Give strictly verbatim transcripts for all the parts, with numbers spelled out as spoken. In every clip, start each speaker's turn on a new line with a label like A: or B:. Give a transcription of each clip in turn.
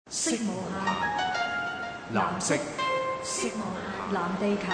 A: 色無限，藍色，色無限，藍地球。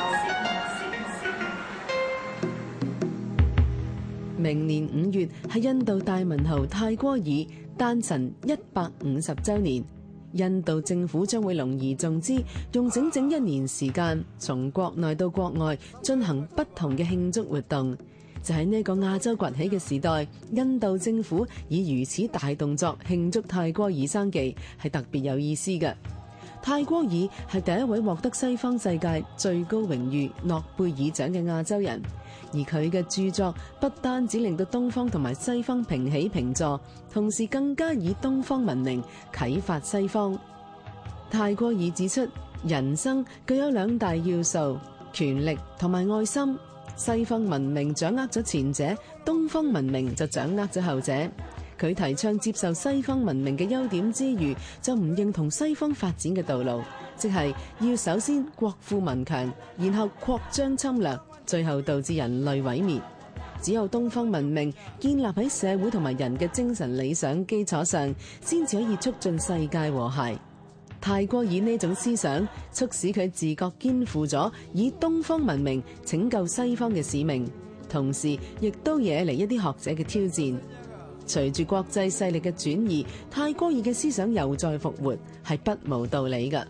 B: 明年五月係印度大文豪泰戈爾誕辰一百五十週年，印度政府將會隆而重之，用整整一年時間，從國內到國外進行不同嘅慶祝活動。就喺呢個亞洲崛起嘅時代，印度政府以如此大動作慶祝泰戈爾生忌，係特別有意思嘅。泰戈爾係第一位獲得西方世界最高榮譽諾貝爾獎嘅亞洲人，而佢嘅著作不單止令到東方同埋西方平起平坐，同時更加以東方文明啟發西方。泰戈爾指出，人生具有兩大要素：權力同埋愛心。西方文明掌握咗前者，東方文明就掌握咗後者。佢提倡接受西方文明嘅優點之餘，就唔認同西方發展嘅道路，即係要首先國富民強，然後擴張侵略，最後導致人類毀滅。只有東方文明建立喺社會同埋人嘅精神理想基礎上，先至可以促進世界和諧。泰戈爾呢種思想促使佢自覺肩負咗以東方文明拯救西方嘅使命，同時亦都惹嚟一啲學者嘅挑戰。隨住國際勢力嘅轉移，泰戈爾嘅思想又再復活，係不無道理㗎。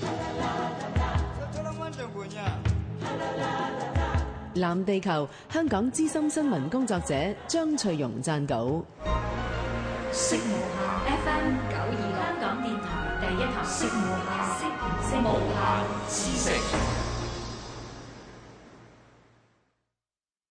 B: 藍地球，香港資深新聞工作者張翠容撰稿。
A: 色無限 F M 九二六香港電台第一台，色無限，色無限知識。